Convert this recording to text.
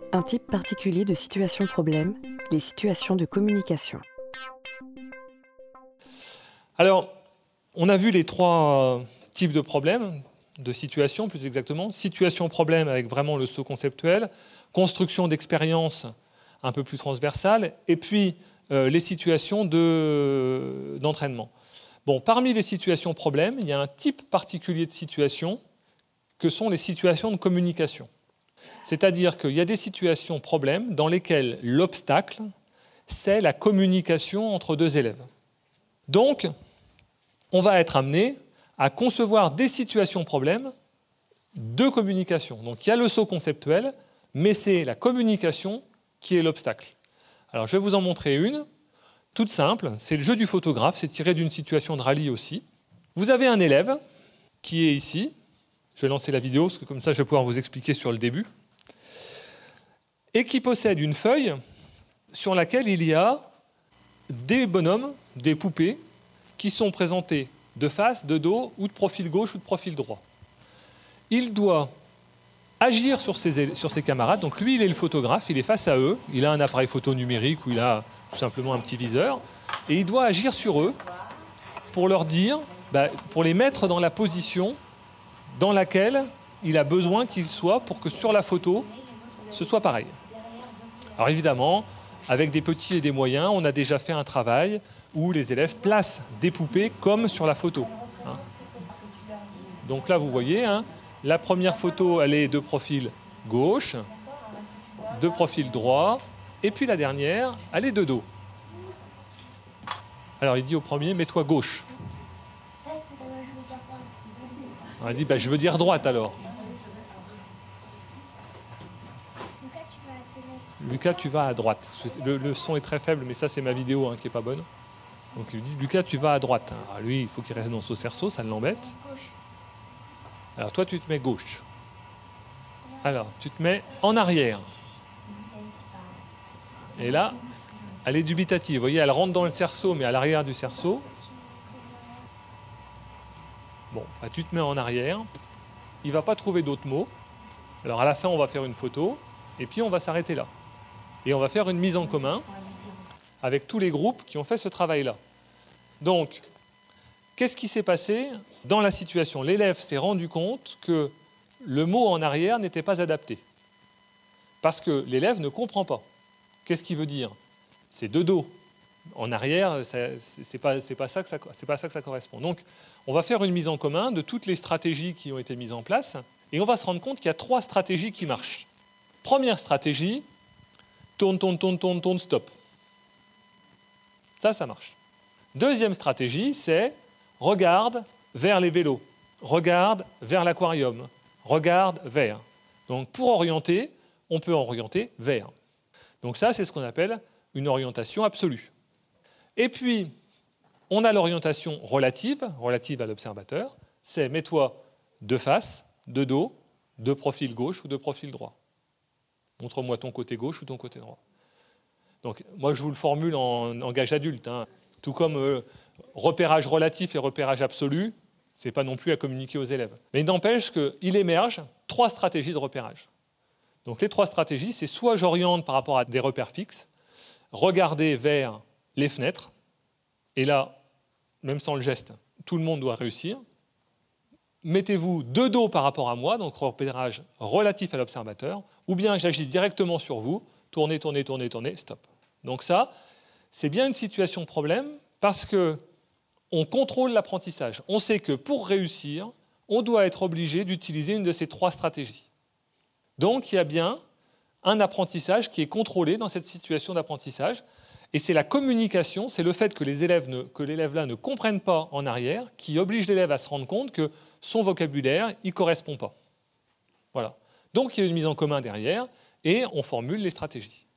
Un type particulier de situation-problème, les situations de communication. Alors, on a vu les trois types de problèmes, de situations plus exactement. Situation-problème avec vraiment le saut conceptuel, construction d'expériences un peu plus transversales, et puis les situations d'entraînement. Bon, parmi les situations-problèmes, il y a un type particulier de situation que sont les situations de communication. C'est-à-dire qu'il y a des situations problèmes dans lesquelles l'obstacle, c'est la communication entre deux élèves. Donc, on va être amené à concevoir des situations problèmes de communication. Donc, il y a le saut conceptuel, mais c'est la communication qui est l'obstacle. Alors, je vais vous en montrer une, toute simple. C'est le jeu du photographe, c'est tiré d'une situation de rallye aussi. Vous avez un élève qui est ici. Je vais lancer la vidéo, parce que comme ça, je vais pouvoir vous expliquer sur le début. Et qui possède une feuille sur laquelle il y a des bonhommes, des poupées, qui sont présentés de face, de dos, ou de profil gauche ou de profil droit. Il doit agir sur ses camarades. Donc lui, il est le photographe, il est face à eux, il a un appareil photo numérique ou il a tout simplement un petit viseur, et il doit agir sur eux pour leur dire, pour les mettre dans la position dans laquelle il a besoin qu'ils soient pour que sur la photo, ce soit pareil. Alors évidemment, avec des petits et des moyens, on a déjà fait un travail où les élèves placent des poupées comme sur la photo. Donc là, vous voyez, la première photo, elle est de profil gauche, de profil droit, et puis la dernière, elle est de dos. Alors il dit au premier, mets-toi gauche. Alors, il dit, je veux dire droite alors. Lucas, tu vas à droite. Le son est très faible, mais ça, c'est ma vidéo qui n'est pas bonne. Donc, il lui dit, Lucas, tu vas à droite. Alors, lui, il faut qu'il reste dans son cerceau, ça l'embête. Alors, toi, tu te mets gauche. Alors, tu te mets en arrière. Et là, elle est dubitative. Vous voyez, elle rentre dans le cerceau, mais à l'arrière du cerceau. Bon, tu te mets en arrière. Il ne va pas trouver d'autres mots. Alors, à la fin, on va faire une photo. Et puis, on va s'arrêter là. Et on va faire une mise en commun avec tous les groupes qui ont fait ce travail-là. Donc, qu'est-ce qui s'est passé dans la situation? L'élève s'est rendu compte que le mot en arrière n'était pas adapté. Parce que l'élève ne comprend pas. Qu'est-ce qu'il veut dire? C'est de dos. En arrière, c'est pas ça que ça correspond. Donc, on va faire une mise en commun de toutes les stratégies qui ont été mises en place. Et on va se rendre compte qu'il y a 3 stratégies qui marchent. Première stratégie, tourne, tourne, tourne, tourne, tourne, stop. Ça marche. Deuxième stratégie, c'est regarde vers les vélos, regarde vers l'aquarium, regarde vers. Donc pour orienter, on peut orienter vers. Donc ça, c'est ce qu'on appelle une orientation absolue. Et puis, on a l'orientation relative à l'observateur, c'est mets-toi de face, de dos, de profil gauche ou de profil droit. Montre-moi ton côté gauche ou ton côté droit. Donc, moi, je vous le formule en langage adulte. Tout comme repérage relatif et repérage absolu, ce n'est pas non plus à communiquer aux élèves. Mais il n'empêche qu'il émerge 3 stratégies de repérage. Donc, les 3 stratégies, c'est soit j'oriente par rapport à des repères fixes, regarder vers les fenêtres, et là, même sans le geste, tout le monde doit réussir. Mettez-vous de dos par rapport à moi, donc repérage relatif à l'observateur, ou bien j'agis directement sur vous, tournez, tournez, tournez, tournez, stop. Donc ça, c'est bien une situation problème parce qu'on contrôle l'apprentissage. On sait que pour réussir, on doit être obligé d'utiliser une de ces 3 stratégies. Donc il y a bien un apprentissage qui est contrôlé dans cette situation d'apprentissage, et c'est la communication, c'est le fait que l'élève-là ne comprenne pas en arrière qui oblige l'élève à se rendre compte que son vocabulaire, il ne correspond pas. Voilà. Donc il y a une mise en commun derrière et on formule les stratégies.